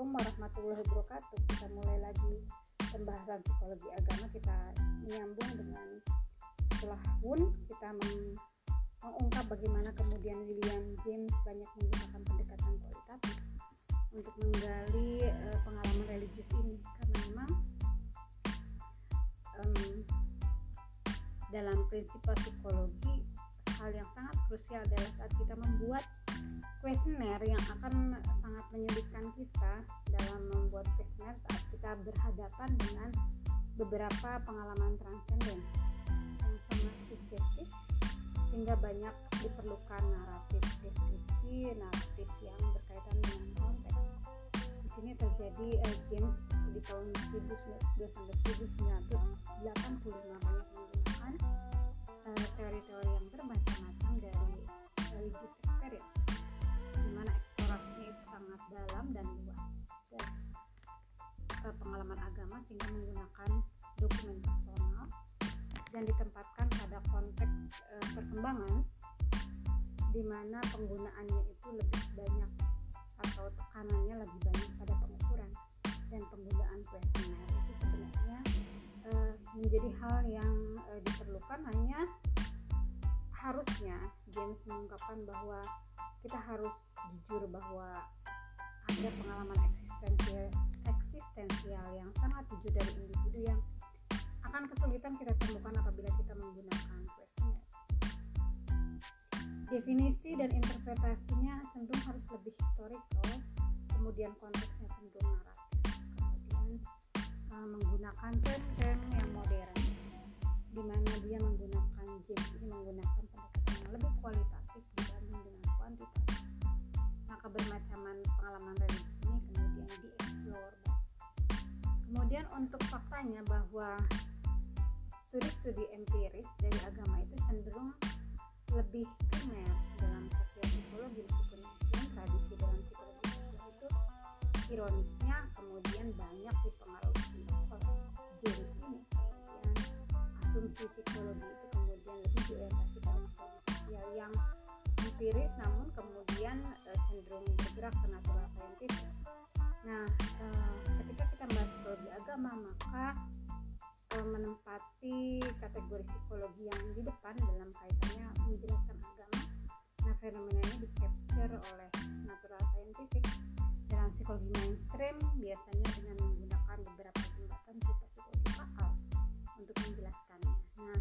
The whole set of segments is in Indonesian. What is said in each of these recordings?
Assalamualaikum warahmatullahi wabarakatuh. Kita mulai lagi pembahasan psikologi agama. Kita menyambung dengan setelah Wundt, kita mengungkap bagaimana kemudian William James banyak menggunakan pendekatan kualitatif untuk menggali pengalaman religius ini, karena memang dalam prinsip psikologi hal yang sangat krusial adalah saat kita membuat kuesioner yang akan sangat menyulitkan kita dalam membuat kuesioner saat kita berhadapan dengan beberapa pengalaman transenden yang sangat subjektif, sehingga banyak diperlukan naratif deskripsi, naratif yang berkaitan dengan konteks. Di sini terjadi James di tahun 1902 sampai 1985 banyak menggunakan teori-teori yang bermacam-macam dari religious experience, di mana eksplorasinya itu sangat dalam dan luas dan pengalaman agama, sehingga menggunakan dokumen personal dan ditempatkan pada konteks perkembangan di mana penggunaannya itu lebih banyak atau tekanannya lebih banyak pada pengukuran, dan penggunaan kuesioner itu sebenarnya menjadi hal yang diperlukan. Hanya harusnya James mengungkapkan bahwa kita harus jujur bahwa ada pengalaman eksistensial yang sangat jujur dari individu yang akan kesulitan kita temukan apabila kita menggunakan kuesioner. Definisi dan interpretasinya cenderung harus lebih historical, kemudian konteksnya cenderung naratif, kemudian menggunakan term yang modern, di mana dia menggunakan James ini menggunakan pendekatan yang lebih kualitatif dibanding dengan kuantitatif. Maka bermacaman pengalaman religius ini kemudian dieksplor. Kemudian untuk faktanya bahwa studi-studi empiris dari agama itu cenderung lebih primer dalam sosial psikologi, meskipun tradisi dalam psikologi sosial itu ironisnya kemudian banyak dipengaruhi oleh James ini. Kemudian asumsi psikologi itu kemudian lebih diorientasi pada psikologi sosial yang empiris, namun kemudian cenderung bergerak ke natural scientific. Nah, ketika kita membahas psikologi agama, maka menempati kategori psikologi yang di depan dalam kaitannya menjelaskan agama. Nah, fenomena ini di-capture oleh natural scientific. Dalam psikologi mainstream biasanya dengan menggunakan beberapa jembatan berupa psikologi akal untuk menjelaskannya. Nah,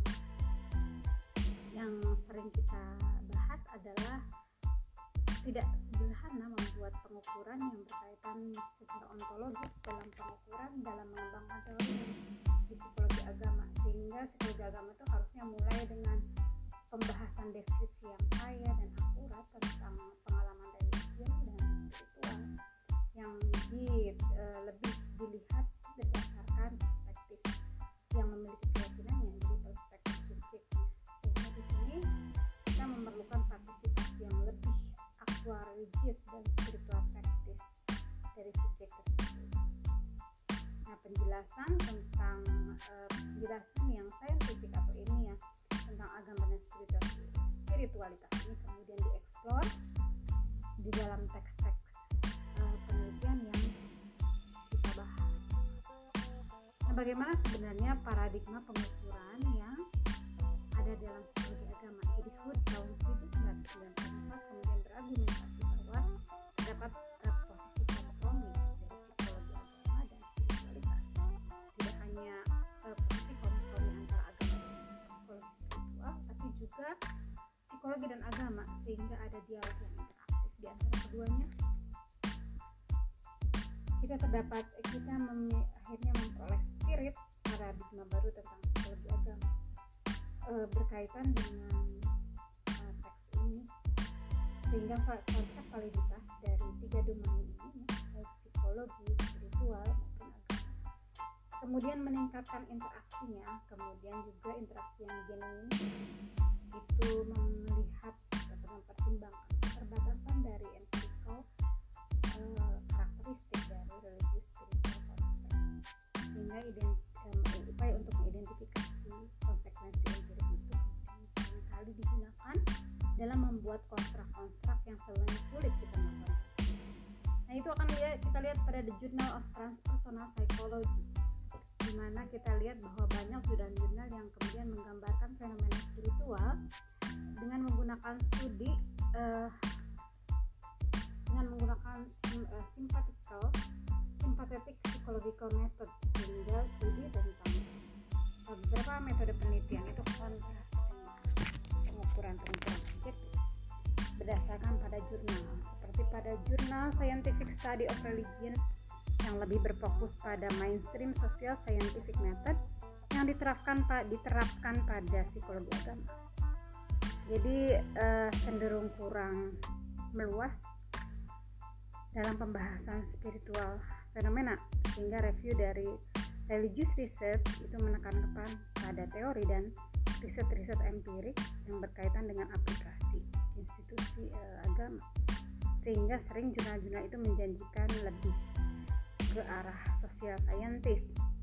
yang sering kita bahas adalah tidak sederhana membuat pengukuran yang berkaitan secara ontologis dalam pengukuran dalam mengembangkan teori di psikologi agama, sehingga psikologi agama itu harusnya mulai dengan pembahasan deskripsi yang kaya dan akurat tentang pengalaman religius dan spiritual yang lebih dilihat berdasarkan perspektif yang memiliki keyakinan yang jadi perspektif subjeknya, sehingga di sini kita memerlukan partisipasi yang lebih aktual religius dan spiritual praktis dari subjek tersebut. Nah, penjelasan tentang penjelasan yang saintifik atau ilmiah tentang agama dan spiritualitas ini kemudian dieksplor di dalam teks-teks penelitian yang kita bahas. Nah, bagaimana sebenarnya paradigma pengukuran yang ada dalam psikologi agama? Jadi Hood tahun 1994 kemudian berargumentasi bahwa terdapat posisi kompromi dari psikologi agama dan spiritualitas. Tidak hanya posisi kompromi antara agama dan psikologi spiritual, tapi juga psikologi dan agama, sehingga ada dialog yang interaktif di antara keduanya. Kita akhirnya memperoleh spirit paradigma baru tentang psikologi agama berkaitan dengan teks ini, sehingga konsep validitas dari tiga domain ini, baik psikologi, spiritual maupun agama, kemudian meningkatkan interaksinya, kemudian juga interaksi yang genuine itu melihat atau mempertimbangkan keterbatasan dari empirical karakteristik dari religious spiritual konsep, sehingga upaya untuk mengidentifikasi konsekuensi empirik itu kemudian kali digunakan dalam membuat konstrak-konstrak yang sebenarnya sulit kita lakukan. Nah, Nah itu akan kita lihat pada The Journal of Transpersonal Psychology, di mana kita lihat bahwa banyak jurnal-jurnal yang kemudian menggambarkan fenomena spiritual dengan menggunakan studi dengan menggunakan sympathetic psychological method, sehingga studi tentang beberapa metode penelitian itu kontras dengan pengukuran subjektif berdasarkan pada jurnal, seperti pada jurnal Scientific Study of Religion yang lebih berfokus pada mainstream social scientific method yang diterapkan pada psikologi agama. Jadi cenderung kurang meluas dalam pembahasan spiritual fenomena, sehingga review dari religious research itu menekankan pada teori dan riset-riset empirik yang berkaitan dengan aplikasi institusi agama, sehingga sering jurnal-jurnal itu menjanjikan lebih ke arah sosial saintis.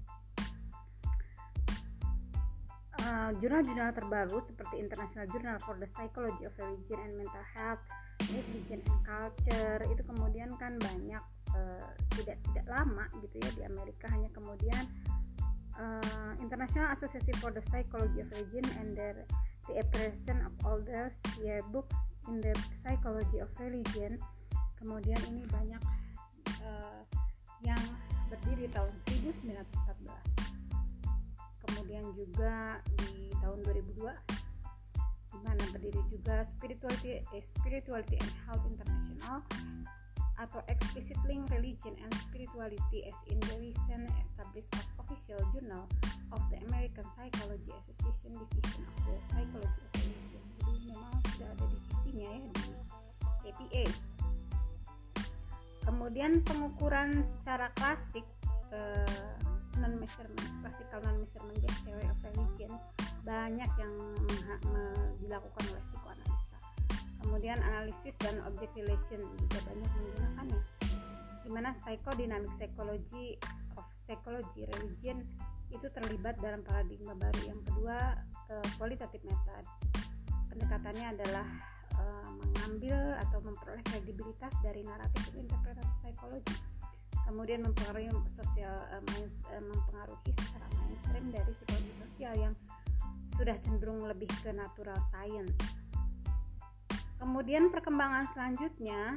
Jurnal-jurnal terbaru seperti International Journal for the Psychology of Religion and Mental Health, Religion and Culture itu kemudian kan banyak tidak lama gitu ya di Amerika, hanya kemudian International Association for the Psychology of Religion and the appraisal of all the yearbooks in the Psychology of Religion, kemudian ini banyak yang berdiri tahun 1914. Kemudian juga di tahun 2002 di mana berdiri juga Spirituality and Health International atau Explicit Link Religion and Spirituality as in the recent established official journal of the American Psychology Association Division of the Psychology of Religion. Jadi memang sudah ada divisinya ya di APA. Kemudian pengukuran secara klasik classical non-measurement based theory of religion banyak yang dilakukan oleh psikoanalisa. Kemudian analisis dan object relation juga banyak menggunakannya, di mana psychodynamic psychology of psychology religion itu terlibat dalam paradigma baru. Yang kedua, qualitative method, pendekatannya adalah mengambil atau memperoleh kredibilitas dari naratif interpretasi psikologi, kemudian mempengaruhi secara mainstream dari psikologi sosial yang sudah cenderung lebih ke natural science. Kemudian perkembangan selanjutnya,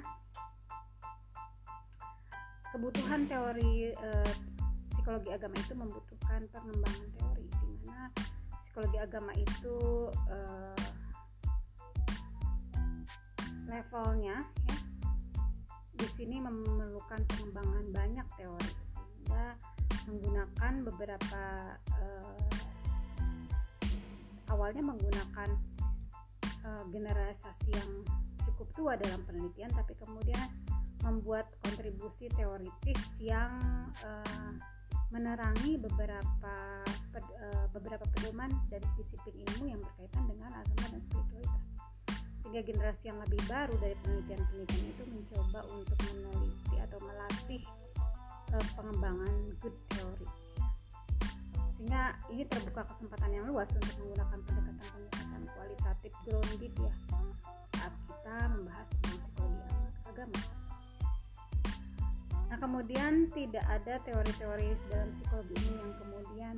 kebutuhan teori psikologi agama itu membutuhkan pengembangan teori, di mana psikologi agama itu levelnya ya di sini memerlukan pengembangan banyak teori, sehingga menggunakan beberapa awalnya menggunakan generalisasi yang cukup tua dalam penelitian, tapi kemudian membuat kontribusi teoritis yang menerangi beberapa pedoman dari disiplin ilmu yang berkaitan dengan agama dan spiritualitas. Sehingga generasi yang lebih baru dari penelitian-penelitian itu mencoba untuk meneliti atau melatih pengembangan good theory, sehingga ini terbuka kesempatan yang luas untuk menggunakan pendekatan kualitatif grounded ya saat kita membahas tentang psikologi agama. Nah kemudian tidak ada teori-teori dalam psikologi ini yang kemudian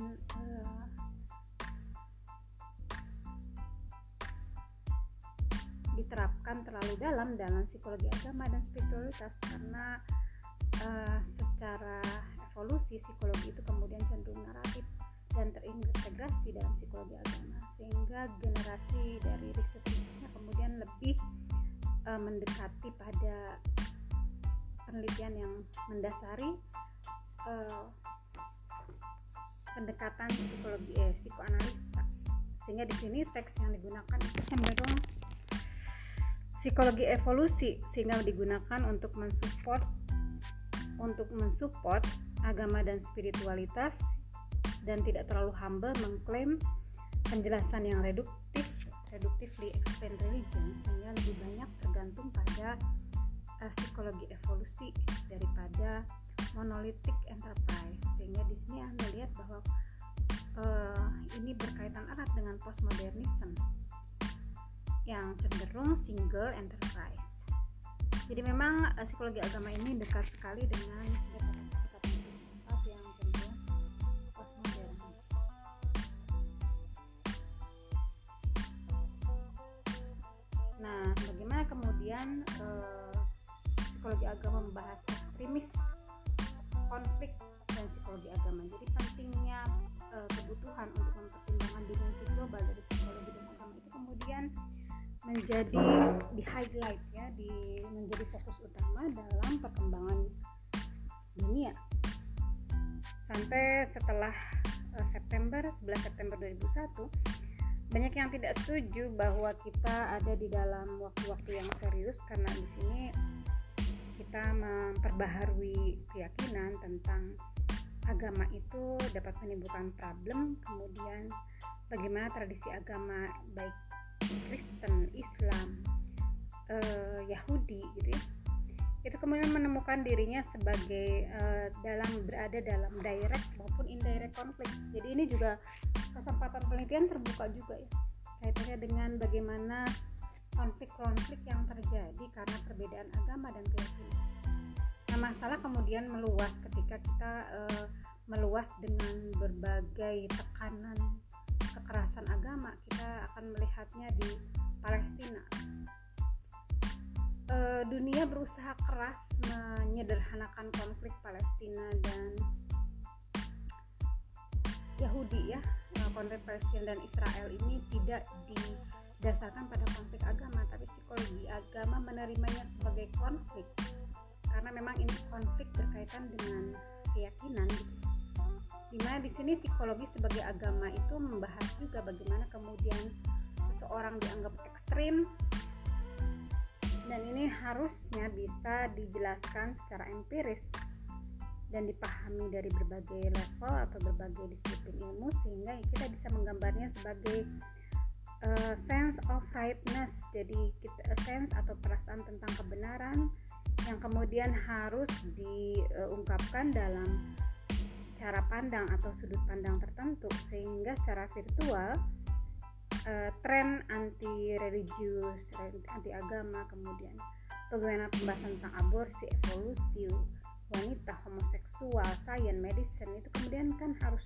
diterapkan terlalu dalam psikologi agama dan spiritualitas, karena secara evolusi psikologi itu kemudian cenderung naratif dan terintegrasi dalam psikologi agama, sehingga generasi dari riset-risetnya kemudian lebih mendekati pada penelitian yang mendasari pendekatan psikoanalisa, sehingga di sini teks yang digunakan itu cenderung psikologi evolusi, sehingga digunakan untuk mensupport agama dan spiritualitas, dan tidak terlalu humble mengklaim penjelasan yang reductively explain religion, sehingga lebih banyak tergantung pada psikologi evolusi daripada monolithic enterprise. Sehingga di sini Anda lihat bahwa ini berkaitan erat dengan postmodernism yang cenderung single enterprise. Jadi memang psikologi agama ini dekat sekali dengan pendekatan filsafat yang cenderung postmodern. Nah, bagaimana kemudian psikologi agama membahas ekstremis, konflik, dan psikologi agama. Jadi pentingnya kebutuhan untuk mempertimbangkan dimensi global dari psikologi dan agama itu kemudian menjadi di highlight ya, menjadi fokus utama dalam perkembangan dunia. Sampai setelah 11 September 2001, banyak yang tidak setuju bahwa kita ada di dalam waktu-waktu yang serius, karena di sini kita memperbaharui keyakinan tentang agama itu dapat menimbulkan problem, kemudian bagaimana tradisi agama baik Kristen, Islam, Yahudi gitu ya, itu kemudian menemukan dirinya sebagai berada dalam direct maupun indirect konflik. Jadi ini juga kesempatan penelitian terbuka juga ya, kaitannya dengan bagaimana konflik-konflik yang terjadi karena perbedaan agama dan keyakinan. Nah, masalah kemudian meluas ketika kita meluas dengan berbagai tekanan kekerasan agama. Kita akan melihatnya di Palestina. Dunia berusaha keras menyederhanakan konflik Palestina dan Yahudi ya. Konflik Palestina dan Israel ini tidak didasarkan pada konflik agama, tapi psikologi agama menerimanya sebagai konflik karena memang ini konflik berkaitan dengan keyakinan gitu. Dimana di sini psikologi sebagai agama itu membahas juga bagaimana kemudian seseorang dianggap ekstrim, dan ini harusnya bisa dijelaskan secara empiris dan dipahami dari berbagai level atau berbagai disiplin ilmu, sehingga kita bisa menggambarnya sebagai sense of rightness. Jadi sense atau perasaan tentang kebenaran yang kemudian harus diungkapkan dalam cara pandang atau sudut pandang tertentu, sehingga secara virtual tren anti religius, anti agama, kemudian bagaimana pembahasan tentang aborsi, evolusi, wanita, homoseksual, sains, medicine itu kemudian kan harus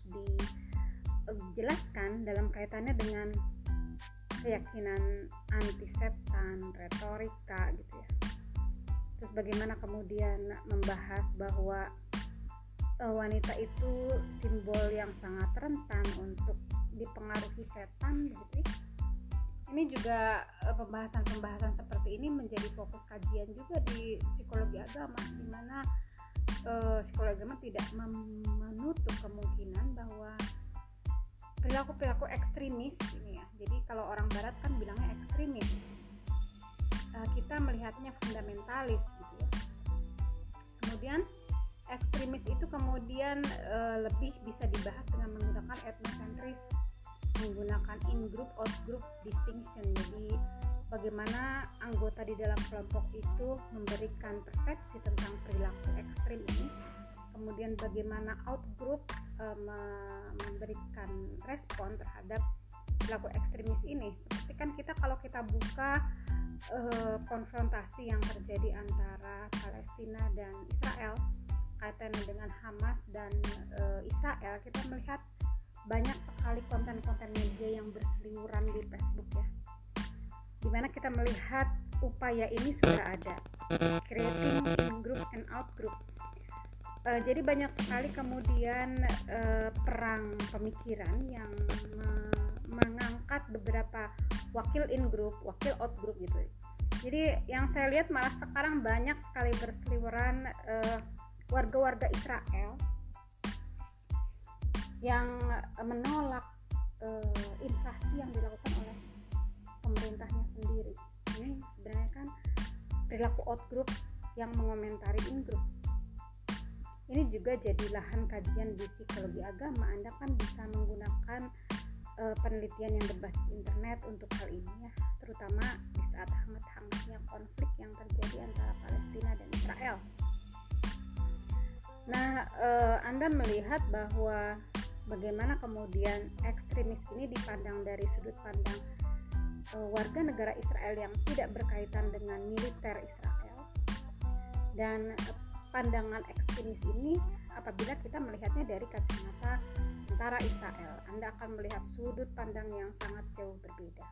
dijelaskan dalam kaitannya dengan keyakinan anti setan, retorika gitu ya. Terus bagaimana kemudian membahas bahwa wanita itu simbol yang sangat rentan untuk dipengaruhi setan gitu. Ini juga pembahasan seperti ini menjadi fokus kajian juga di psikologi agama, di mana psikologi agama tidak menutup kemungkinan bahwa perilaku ekstremis ini ya. Jadi kalau orang barat kan bilangnya ekstremis, kita melihatnya fundamentalis gitu ya. Kemudian ekstremis itu kemudian lebih bisa dibahas dengan menggunakan etnosentris, menggunakan in-group, out-group distinction. Jadi bagaimana anggota di dalam kelompok itu memberikan persepsi tentang perilaku ekstrim ini, kemudian bagaimana out-group memberikan respon terhadap perilaku ekstremis ini. Seperti kan kita kalau kita buka konfrontasi yang terjadi antara Palestina dan Israel, kaitannya dengan Hamas dan Israel, kita melihat banyak sekali konten-konten media yang berseliweran di Facebook ya, dimana kita melihat upaya ini sudah ada, creating in group and out group. Jadi banyak sekali kemudian perang pemikiran yang mengangkat beberapa wakil in group, wakil out group gitu. Jadi yang saya lihat malah sekarang banyak sekali berseliweran warga-warga Israel yang menolak invasi yang dilakukan oleh pemerintahnya sendiri. Ini sebenarnya kan perilaku out group yang mengomentari in group. Ini juga jadi lahan kajian di psikologi agama. Anda kan bisa menggunakan penelitian yang berbasis internet untuk hal ini ya, terutama di saat hangat-hangatnya konflik yang terjadi antara Palestina dan Israel. Nah, Anda melihat bahwa bagaimana kemudian ekstremis ini dipandang dari sudut pandang warga negara Israel yang tidak berkaitan dengan militer Israel, Dan pandangan ekstremis ini apabila kita melihatnya dari kacamata tentara Israel, Anda akan melihat sudut pandang yang sangat jauh berbeda.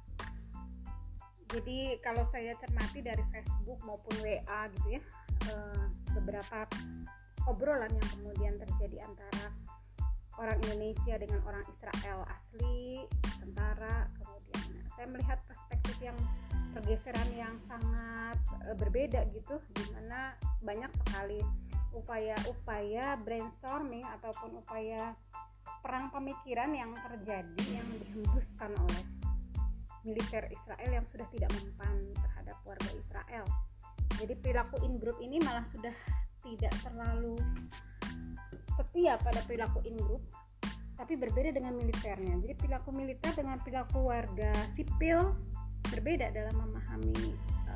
Jadi kalau saya cermati dari Facebook maupun WA gitu ya, beberapa obrolan yang kemudian terjadi antara orang Indonesia dengan orang Israel asli, tentara, kemudian saya melihat perspektif yang pergeseran yang sangat berbeda gitu, dimana banyak sekali upaya brainstorming ataupun upaya perang pemikiran yang terjadi, yang dihembuskan oleh militer Israel yang sudah tidak mempan terhadap warga Israel. Jadi perilaku in group ini malah sudah tidak terlalu setia pada perilaku in group, tapi berbeda dengan militernya. Jadi perilaku militer dengan perilaku warga sipil berbeda dalam memahami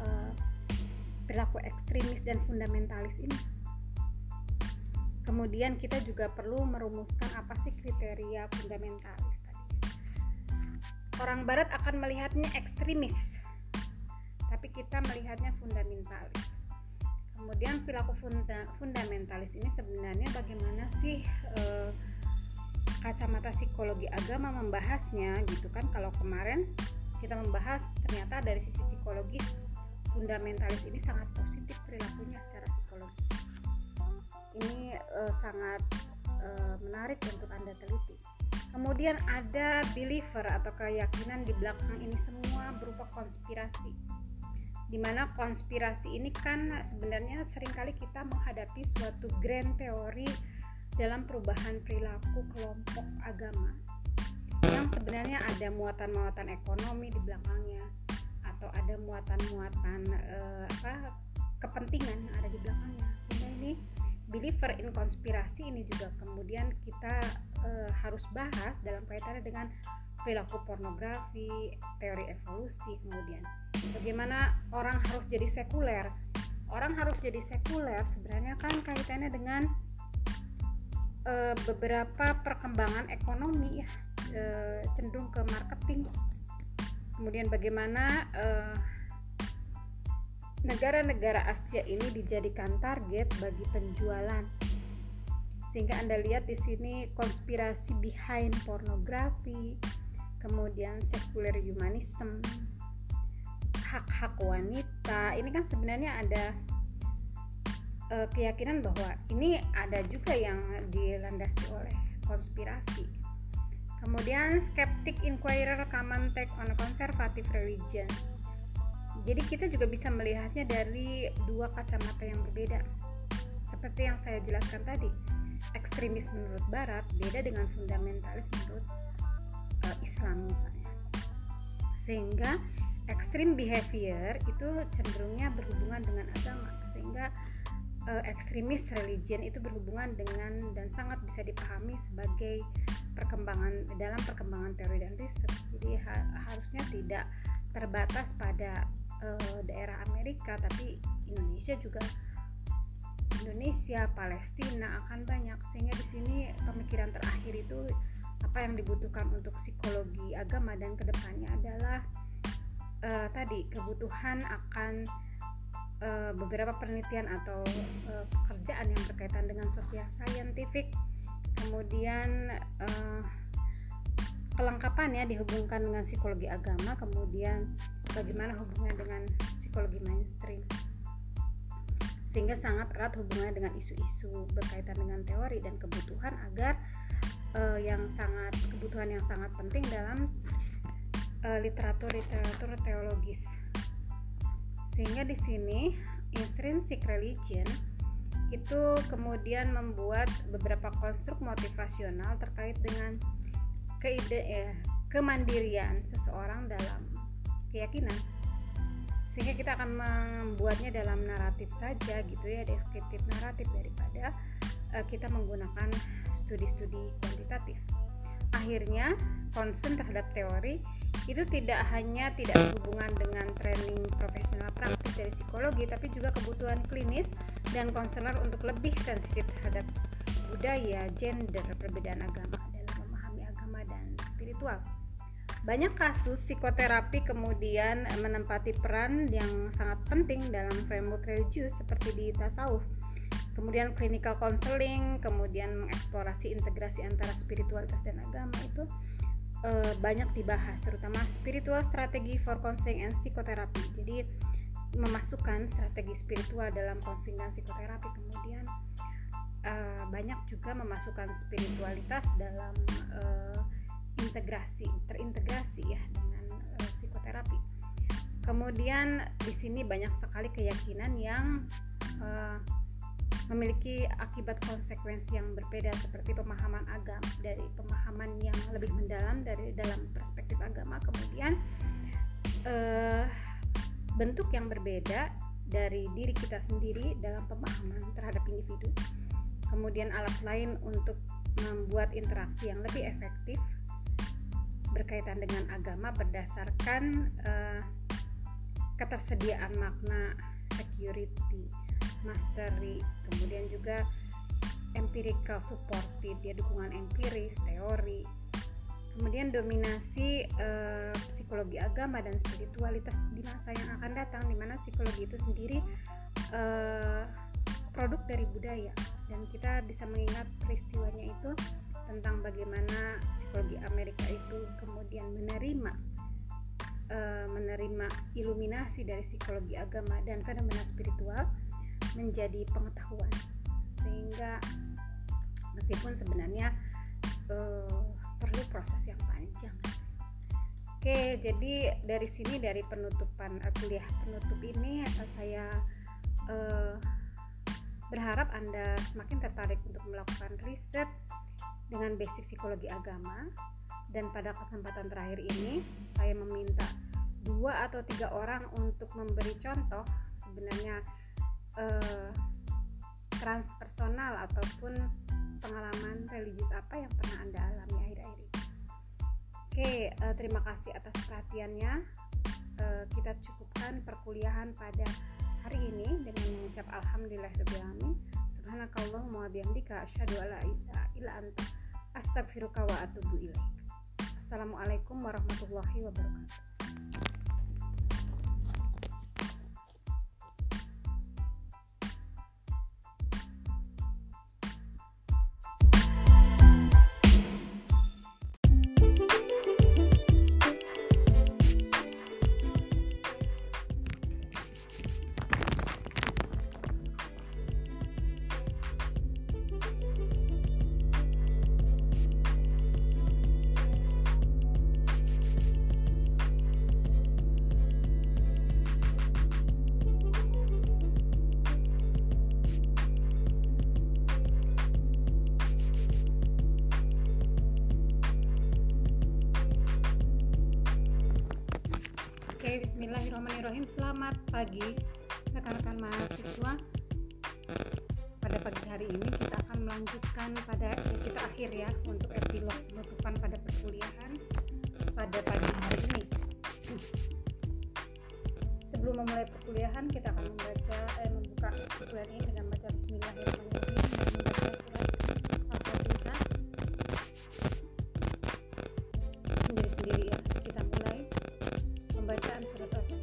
perilaku ekstremis dan fundamentalis ini. Kemudian kita juga perlu merumuskan apa sih kriteria fundamentalis tadi. Orang Barat akan melihatnya ekstremis, tapi kita melihatnya fundamentalis. Kemudian perilaku fundamentalis ini sebenarnya bagaimana sih kacamata psikologi agama membahasnya gitu kan. Kalau kemarin kita membahas ternyata dari sisi psikologis fundamentalis ini sangat positif perilakunya secara psikologis. Ini sangat menarik untuk Anda teliti. Kemudian ada believer atau keyakinan di belakang ini semua berupa konspirasi, dimana konspirasi ini kan sebenarnya seringkali kita menghadapi suatu grand teori dalam perubahan perilaku kelompok agama yang sebenarnya ada muatan-muatan ekonomi di belakangnya, atau ada muatan-muatan kepentingan yang ada di belakangnya. Sehingga ini believer in konspirasi ini juga kemudian kita harus bahas dalam kaitannya dengan perilaku pornografi, teori evolusi. Kemudian bagaimana orang harus jadi sekuler. Orang harus jadi sekuler sebenarnya kan kaitannya dengan beberapa perkembangan ekonomi ya, cenderung ke marketing. Kemudian bagaimana negara-negara Asia ini dijadikan target bagi penjualan, sehingga Anda lihat di sini konspirasi behind pornografi, kemudian sekuler humanism, hak-hak wanita. Ini kan sebenarnya ada keyakinan bahwa ini ada juga yang dilandasi oleh konspirasi. Kemudian skeptic inquirer common take on conservative religion. Jadi kita juga bisa melihatnya dari dua kacamata yang berbeda. Seperti yang saya jelaskan tadi, ekstremis menurut Barat beda dengan fundamentalis menurut Islam misalnya. Sehingga extreme behavior itu cenderungnya berhubungan dengan agama, sehingga ekstremis religion itu berhubungan dengan dan sangat bisa dipahami sebagai dalam perkembangan teori dan riset. Jadi harusnya tidak terbatas pada daerah Amerika, tapi Indonesia, Palestina akan banyak. Sehingga di sini pemikiran terakhir itu apa yang dibutuhkan untuk psikologi agama dan kedepannya adalah tadi kebutuhan akan beberapa penelitian atau pekerjaan yang berkaitan dengan sosial scientific, kemudian kelengkapannya dihubungkan dengan psikologi agama, kemudian bagaimana hubungannya dengan psikologi mainstream, sehingga sangat erat hubungannya dengan isu-isu berkaitan dengan teori dan kebutuhan agar kebutuhan yang sangat penting dalam literatur teologis. Sehingga di sini intrinsic religion itu kemudian membuat beberapa konstruk motivasional terkait dengan kemandirian seseorang dalam keyakinan, sehingga kita akan membuatnya dalam naratif saja gitu ya, deskriptif naratif, daripada kita menggunakan studi-studi kuantitatif. Akhirnya concern terhadap teori itu tidak hanya tidak berhubungan dengan training profesional praktis dari psikologi, tapi juga kebutuhan klinis dan konselor untuk lebih sensitif terhadap budaya, gender, perbedaan agama dalam memahami agama dan spiritual. banyak kasus psikoterapi kemudian menempati peran yang sangat penting dalam framework religius seperti di tasawuf. Kemudian clinical counseling, kemudian mengeksplorasi integrasi antara spiritualitas dan agama itu banyak dibahas, terutama spiritual strategi for counseling and psychotherapy. Jadi memasukkan strategi spiritual dalam counseling dan psikoterapi. Kemudian banyak juga memasukkan spiritualitas dalam terintegrasi ya dengan psikoterapi. Kemudian di sini banyak sekali keyakinan yang memiliki akibat konsekuensi yang berbeda, seperti pemahaman agama dari pemahaman yang lebih mendalam dari dalam perspektif agama, kemudian bentuk yang berbeda dari diri kita sendiri dalam pemahaman terhadap individu, kemudian alat lain untuk membuat interaksi yang lebih efektif berkaitan dengan agama berdasarkan ketersediaan makna, security, mastery, kemudian juga empirical supportive, ya, dukungan empiris, teori, kemudian dominasi psikologi agama dan spiritualitas di masa yang akan datang, di mana psikologi itu sendiri produk dari budaya, dan kita bisa mengingat peristiwanya itu tentang bagaimana psikologi Amerika itu kemudian menerima iluminasi dari psikologi agama dan fenomena spiritual menjadi pengetahuan, sehingga meskipun sebenarnya perlu proses yang panjang. Oke, jadi dari sini, dari penutupan kuliah penutup ini, saya berharap Anda semakin tertarik untuk melakukan riset dengan basic psikologi agama. Dan pada kesempatan terakhir ini saya meminta 2 atau 3 orang untuk memberi contoh sebenarnya transpersonal ataupun pengalaman religius apa yang pernah Anda alami akhir-akhir ini. Oke, terima kasih atas perhatiannya. Kita cukupkan perkuliahan pada hari ini dengan mengucap alhamdulillahirabbil alamin. Subhanakallahumma wa bihamdika asyhadu an la ilaha illa anta astaghfiruka wa atubu ilaik. Assalamualaikum warahmatullahi wabarakatuh. Bismillahirrahmanirrahim. Selamat pagi rekan-rekan mahasiswa. Pada pagi hari ini kita akan melanjutkan pada kita akhir ya untuk epilog penutupan pada perkuliahan pada pagi hari ini. Sebelum memulai perkuliahan, kita akan membuka perkuliahan ini dengan baca Bismillahirrahmanirrahim dan membaca surat Al-Fatihah sendiri-sendiri ya. Kita mulai pembacaan surat Al-Fatihah.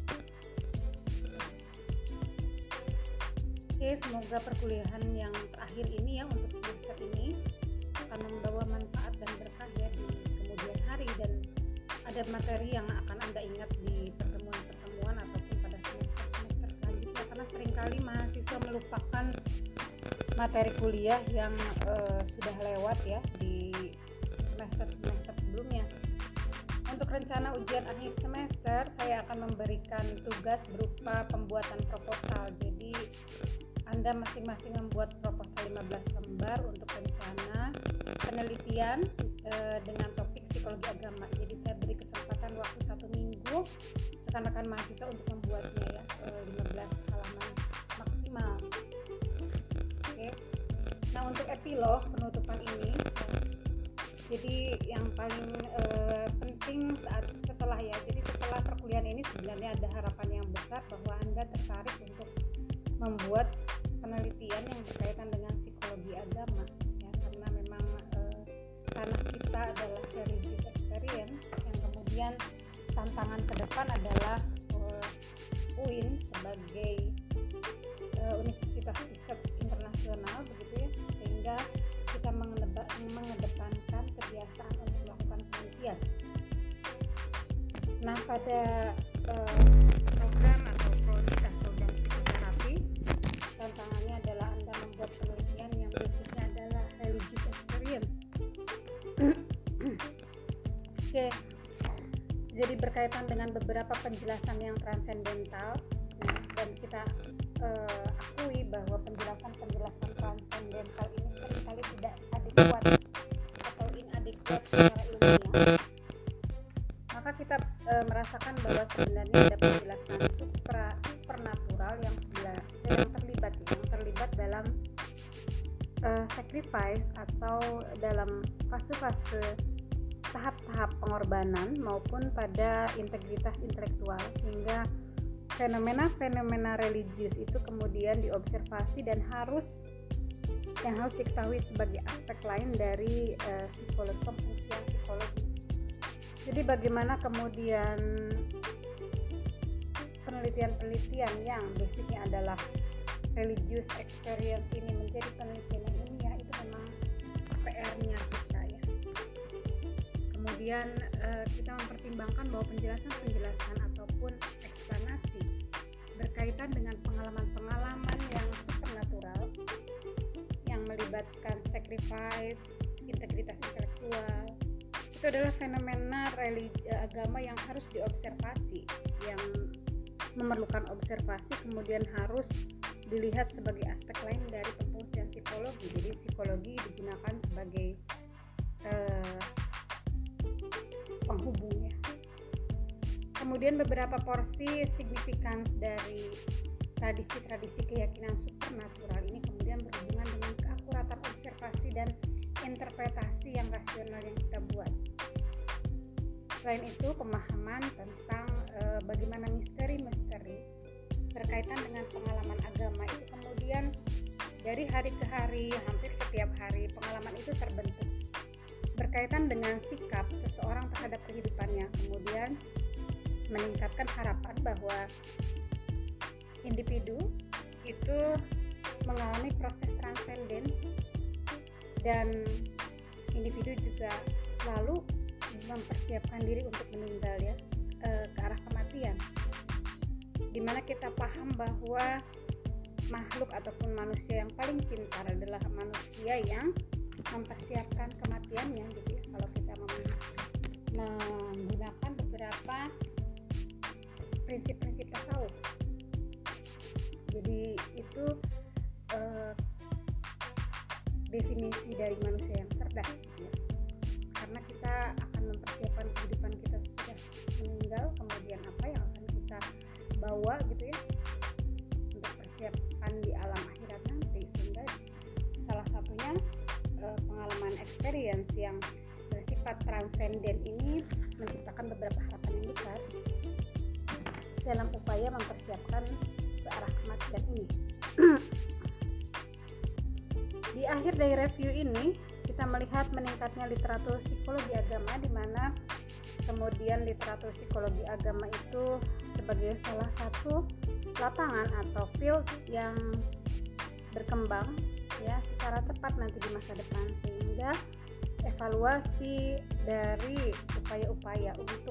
Oke, semoga perkuliahan yang terakhir ini ya untuk semester ini akan membawa manfaat dan berkah ya di kemudian hari, dan ada materi yang akan Anda ingat di pertemuan-pertemuan ataupun pada semester selanjutnya, karena seringkali mahasiswa melupakan materi kuliah yang sudah lewat ya di semester sebelumnya. Untuk rencana ujian akhir semester, saya akan memberikan tugas berupa pembuatan proposal. Jadi Anda masing-masing membuat proposal 15 lembar untuk rencana penelitian dengan topik psikologi agama. Jadi saya beri kesempatan waktu 1 minggu rekan-rekan mahasiswa untuk membuatnya ya, 15 halaman maksimal. Oke. Nah, untuk epilog penutupan ini, jadi yang paling penting setelah perkuliahan ini sebenarnya ada harapan yang besar bahwa Anda tertarik untuk membuat penelitian yang berkaitan dengan psikologi agama ya, karena memang tanah kita adalah religious experience yang kemudian tantangan ke depan adalah UIN sebagai universitas riset internasional begitu ya, sehingga kita mengedepankan kebiasaan untuk melakukan penelitian. Nah, pada program atau proyek atau dan psikoterapi, tantangannya adalah Anda membuat penelitian yang basisnya adalah religious experience. Oke, jadi berkaitan dengan beberapa penjelasan yang transendental, dan kita akui bahwa penjelasan transendental ini seringkali tidak adekuat atau inadequate secara ilmiah. Maka kita merasakan bahwa sebenarnya ada penjelasan supernatural yang terlibat dalam sacrifice atau dalam fase-fase tahap-tahap pengorbanan maupun pada integritas intelektual, sehingga fenomena-fenomena religius itu kemudian diobservasi dan harus diketahui sebagai aspek lain dari pemfungsian psikologi. Jadi bagaimana kemudian penelitian-penelitian yang basicnya adalah religious experience ini menjadi penelitian yang ilmiah, itu memang PR-nya kita ya. Kemudian kita mempertimbangkan bahwa penjelasan ataupun eksplanasi berkaitan dengan pengalaman-pengalaman yang supernatural yang melibatkan sacrifice, integritas intelektual, itu adalah fenomena agama yang harus diobservasi, yang memerlukan observasi, kemudian harus dilihat sebagai aspek lain dari pemfungsian psikologi. Jadi psikologi digunakan sebagai penghubungnya. Kemudian beberapa porsi signifikan dari tradisi-tradisi keyakinan supernatural ini kemudian berhubungan dengan keakuratan observasi dan interpretasi yang rasional yang kita buat. Selain itu, pemahaman tentang bagaimana misteri-misteri berkaitan dengan pengalaman agama itu kemudian dari hari ke hari, hampir setiap hari pengalaman itu terbentuk berkaitan dengan sikap seseorang terhadap kehidupannya, kemudian meningkatkan harapan bahwa individu itu mengalami proses transenden dan individu juga selalu mempersiapkan diri untuk meninggal ya, ke arah kematian, dimana kita paham bahwa makhluk ataupun manusia yang paling pintar adalah manusia yang mempersiapkan kematiannya gitu ya, kalau kita menggunakan beberapa prinsip-prinsip tasawuf. Jadi itu definisi dari manusia yang cerdas gitu ya. Karena kita akan mempersiapkan kehidupan kita sudah meninggal, kemudian apa yang akan kita bawa gitu ya untuk persiapan di alam akhirat nanti, sehingga salah satunya pengalaman experience yang bersifat transenden ini menciptakan beberapa harapan yang besar dalam upaya mempersiapkan ke arah kematian ini. Di akhir dari review ini kita melihat meningkatnya literatur psikologi agama, di mana kemudian literatur psikologi agama itu sebagai salah satu lapangan atau field yang berkembang ya secara cepat nanti di masa depan, sehingga evaluasi dari upaya-upaya untuk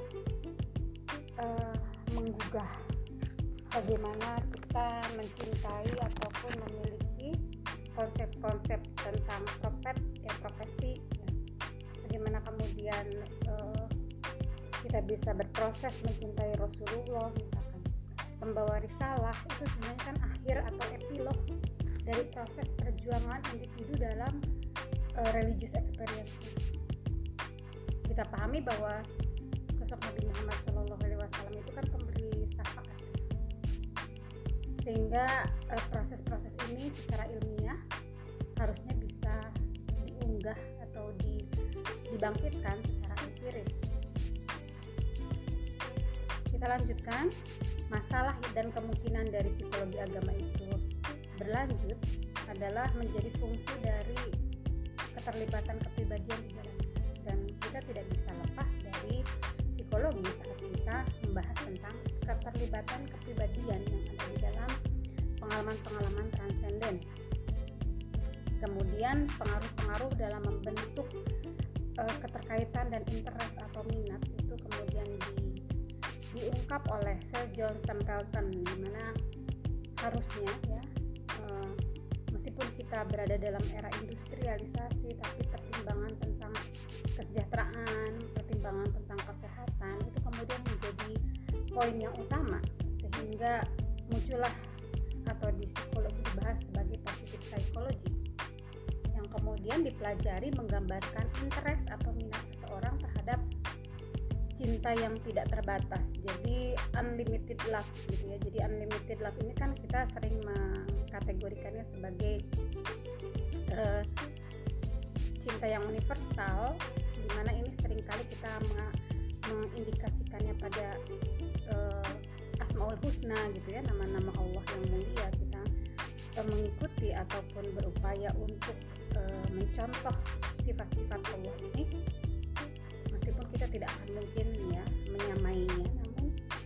menggugah bagaimana kita mencintai ataupun memiliki konsep-konsep tentang profesi ya. Bagaimana kemudian kita bisa berproses mencintai Rasulullah misalkan, membawa risalah, itu sebenarnya kan akhir atau epilog dari proses perjuangan individu dalam religious experience. Kita pahami bahwa sosok Nabi Muhammad SAW itu kan pemberi syafaat, sehingga proses-proses ini secara ilmiah harusnya bisa diunggah atau dibangkitkan secara empiris. Kita lanjutkan, masalah dan kemungkinan dari psikologi agama itu berlanjut adalah menjadi fungsi dari keterlibatan kepribadian di dalamnya, dan kita tidak bisa lepas dari psikologi psikologi saat kita membahas tentang keterlibatan kepribadian yang ada di dalam pengalaman-pengalaman transenden. Kemudian pengaruh-pengaruh dalam membentuk keterkaitan dan interest atau minat itu kemudian diungkap oleh Sir John Templeton, di mana harusnya ya meskipun kita berada dalam era industrialisasi, tapi pertimbangan tentang kesejahteraan, pertimbangan tentang kesehatan itu kemudian menjadi poin yang utama, sehingga muncullah atau di psikologi dibahas sebagai positive psychology yang kemudian dipelajari menggambarkan interest atau minat seseorang terhadap cinta yang tidak terbatas. Jadi unlimited love gitu ya. Jadi unlimited love ini kan kita sering mengkategorikannya sebagai cinta yang universal, di mana ini seringkali kita mengindikasikannya pada Asmaul Husna gitu ya, nama-nama Allah yang mulia. Kita mengikuti ataupun berupaya untuk mencontoh sifat-sifat Allah ini, meskipun kita tidak akan mungkin ya menyamainya, namun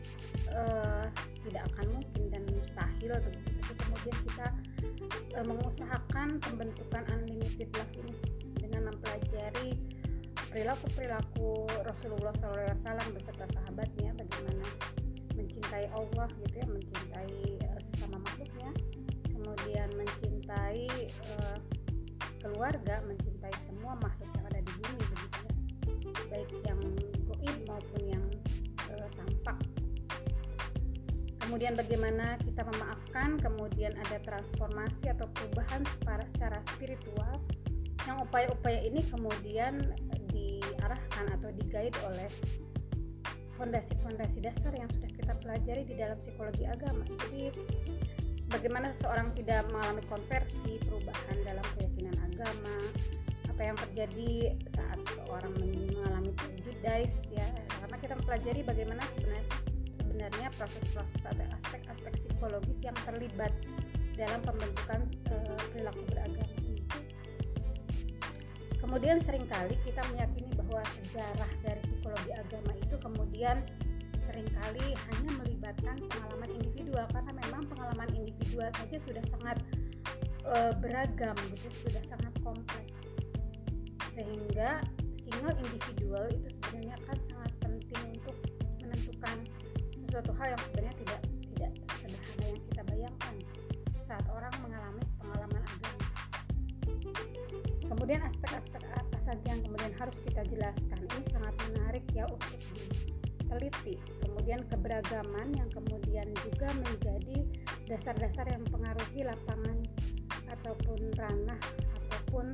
tidak akan mungkin dan mustahil begitu. Tapi kemudian kita mengusahakan pembentukan unlimited love ini dengan mempelajari perilaku Rasulullah SAW beserta sahabatnya, bagaimana mencintai Allah gitu ya, mencintai sesama makhluknya, kemudian mencintai keluarga, mencintai semua makhluk yang ada di bumi begitu ya, baik yang gaib maupun yang tampak. Kemudian bagaimana kita memaafkan, kemudian ada transformasi atau perubahan secara spiritual, yang upaya-upaya ini kemudian diarahkan atau di-guide oleh fondasi-fondasi dasar yang sudah kita pelajari di dalam psikologi agama. Jadi bagaimana seseorang tidak mengalami konversi, perubahan dalam keyakinan agama, apa yang terjadi saat seseorang mengalami prejudice ya, karena kita mempelajari bagaimana sebenarnya proses-proses atau aspek-aspek psikologis yang terlibat dalam pembentukan perilaku beragama ini. Kemudian seringkali kita meyakini bahwa sejarah dari psikologi agama itu kemudian seringkali hanya melibatkan pengalaman individual, karena memang pengalaman individual saja sudah sangat beragam gitu, sudah sangat kompleks, sehingga single individual itu sebenarnya kan sangat penting untuk menentukan sesuatu hal yang sebenarnya tidak sederhana yang kita bayangkan saat orang mengalami pengalaman agama. Kemudian aspek-aspek apa saja yang kemudian harus kita jelaskan, ini sangat menarik ya untuk diteliti. Kemudian keberagaman yang kemudian juga menjadi dasar-dasar yang mempengaruhi lapangan ataupun ranah ataupun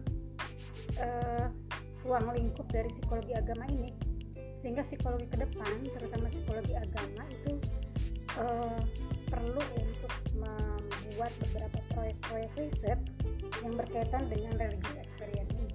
ruang lingkup dari psikologi agama ini, sehingga psikologi ke depan, terutama psikologi agama itu perlu untuk membuat beberapa proyek-proyek riset yang berkaitan dengan religious experience ini.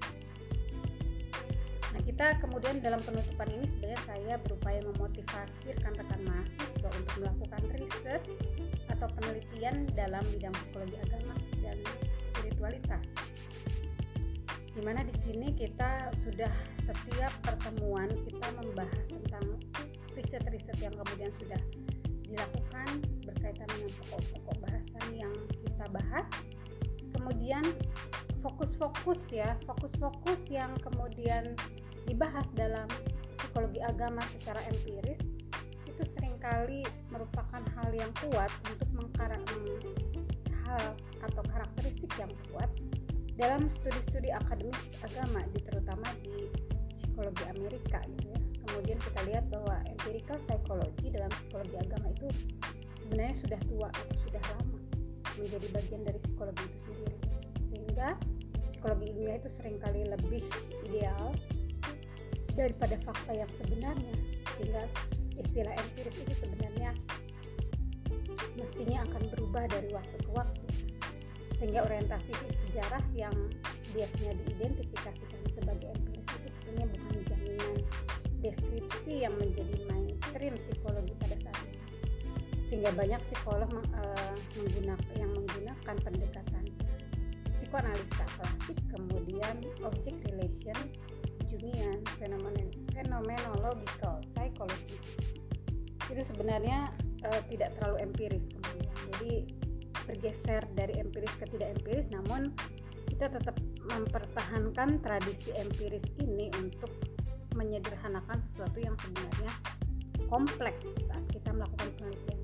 Nah, kita kemudian dalam penutupan ini sebenarnya saya berupaya memotivasi rekan-rekan mahasiswa untuk melakukan riset atau penelitian dalam bidang psikologi agama dan spiritualitas. Di mana di sini kita sudah setiap pertemuan kita membahas tentang riset-riset yang kemudian sudah dilakukan berkaitan dengan pokok-pokok bahasan yang kita bahas. Kemudian fokus-fokus yang kemudian dibahas dalam psikologi agama secara empiris itu seringkali merupakan hal yang kuat untuk hal atau karakteristik yang kuat dalam studi-studi akademis agama, terutama di psikologi Amerika gitu ya. Kemudian kita lihat bahwa empirical psychology dalam psikologi agama itu sebenarnya sudah tua atau sudah lama menjadi bagian dari psikologi itu sendiri, sehingga psikologi ilmiah itu seringkali lebih ideal daripada fakta yang sebenarnya, sehingga istilah empiris itu sebenarnya mestinya akan berubah dari waktu ke waktu, sehingga orientasi sejarah yang biasanya diidentifikasikan sebagai empiris itu sebenarnya bukan jaminan deskripsi yang menjadi mainstream psikologi pada saat ini, sehingga banyak psikolog menggunakan pendekatan psikoanalisa klasik, kemudian object relation, Jungian, phenomenological psychology psikologi. Itu sebenarnya tidak terlalu empiris kemudian. Jadi bergeser dari empiris ke tidak empiris, namun kita tetap mempertahankan tradisi empiris ini untuk menyederhanakan sesuatu yang sebenarnya kompleks saat kita melakukan penelitian.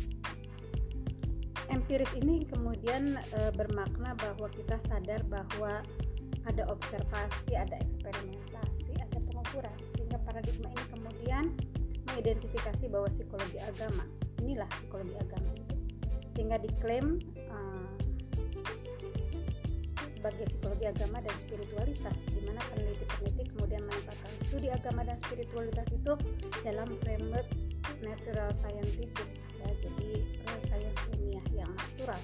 Empiris ini kemudian bermakna bahwa kita sadar bahwa ada observasi, ada eksperimentasi, ada pengukuran, sehingga paradigma ini kemudian mengidentifikasi bahwa psikologi agama, inilah psikologi agama itu, sehingga diklaim sebagai psikologi agama dan spiritualitas, di mana peneliti-peneliti kemudian menempatkan studi agama dan spiritualitas itu dalam framework natural scientific, ya, jadi sains ilmiah yang natural.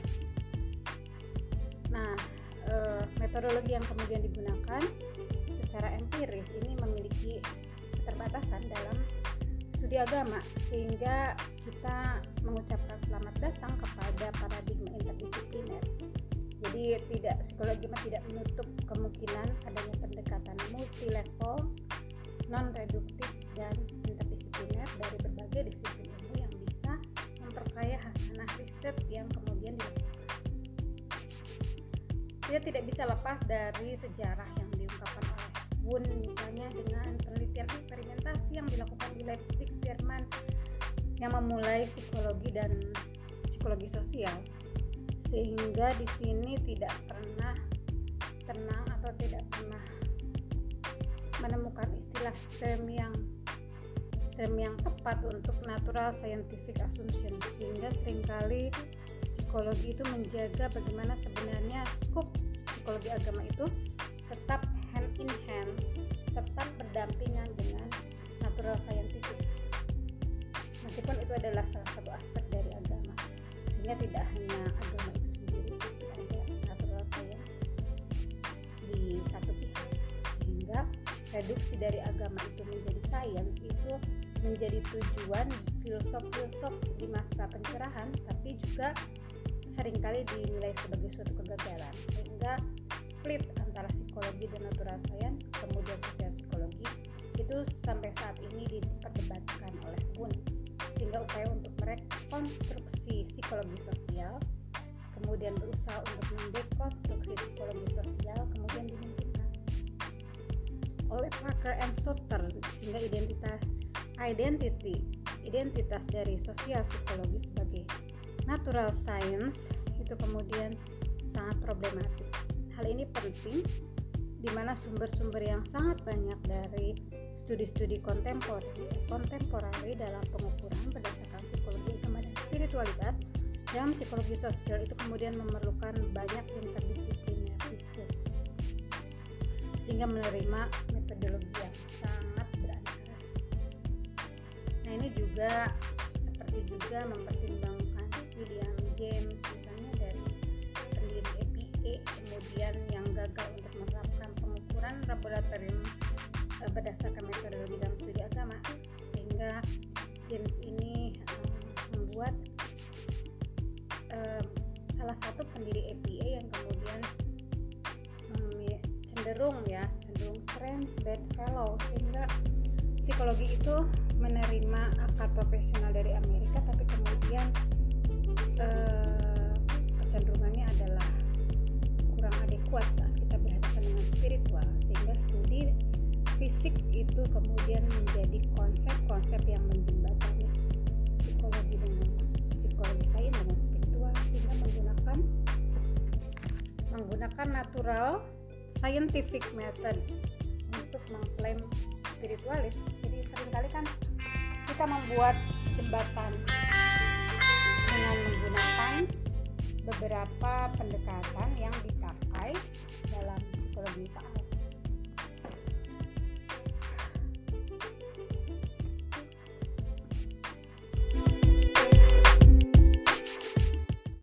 Nah, metodologi yang kemudian digunakan secara empiris ini memiliki keterbatasan dalam studi agama, sehingga kita mengucapkan selamat datang kepada paradigma interdisipliner. Jadi psikologi tidak menutup kemungkinan adanya pendekatan multi level, non reduktif dan interdisipliner dari berbagai disiplin ilmu yang bisa memperkaya hasanah riset yang kemudian dilakukan. Dia tidak bisa lepas dari sejarah yang diungkapkan oleh Wundt, misalnya dengan penelitian eksperimentasi yang dilakukan di Leipzig, Jerman, yang memulai psikologi dan psikologi sosial, sehingga di sini tidak pernah tenang atau tidak pernah menemukan istilah term yang tepat untuk natural scientific assumption, sehingga seringkali psikologi itu menjaga bagaimana sebenarnya skop psikologi agama itu tetap hand in hand, tetap berdampingan dengan natural scientific, meskipun itu adalah salah satu aspek dari agama, sehingga tidak hanya agama itu sendiri, tidak ada natural science di satu pihak, sehingga reduksi dari agama itu menjadi sains itu menjadi tujuan filsuf-filsuf di masa pencerahan, tapi juga seringkali dinilai sebagai suatu kegagalan, sehingga split antara psikologi dan natural science, kemudian sosial psikologi, itu sampai saat ini diperdebatkan oleh Wundt, sehingga upaya untuk merekonstruksi psikologi sosial, kemudian berusaha untuk mendekonstruksi psikologi sosial, kemudian dimungkinkan oleh Parker and Sutter, sehingga identitas dari sosial psikologi sebagai natural science itu kemudian sangat problematik. Hal ini penting di mana sumber-sumber yang sangat banyak dari studi-studi kontemporari dalam pengukuran berdasarkan psikologi agama dan spiritualitas dalam psikologi sosial itu kemudian memerlukan banyak interdisipliner riset, sehingga menerima metodologi yang sangat beraneka. Nah, ini juga seperti juga mempertimbangkan William James, misalnya dari pendiri EPA, kemudian yang gagal untuk menerapkan pengukuran laboratorium berdasarkan metodologi dalam studi agama, sehingga James ini membuat salah satu pendiri EPA yang kemudian cenderung strange bedfellow, sehingga psikologi itu menerima akar profesional dari Amerika, tapi kemudian kecenderungannya adalah kurang adekuat saat kita berhadapan dengan spiritual, sehingga studi fisik itu kemudian menjadi konsep-konsep yang menjembatani psikologi sains dengan spiritual, sehingga menggunakan natural scientific method untuk mengklaim spiritualis. Jadi seringkali kan kita membuat jembatan dengan menggunakan beberapa pendekatan yang dipakai dalam psikologi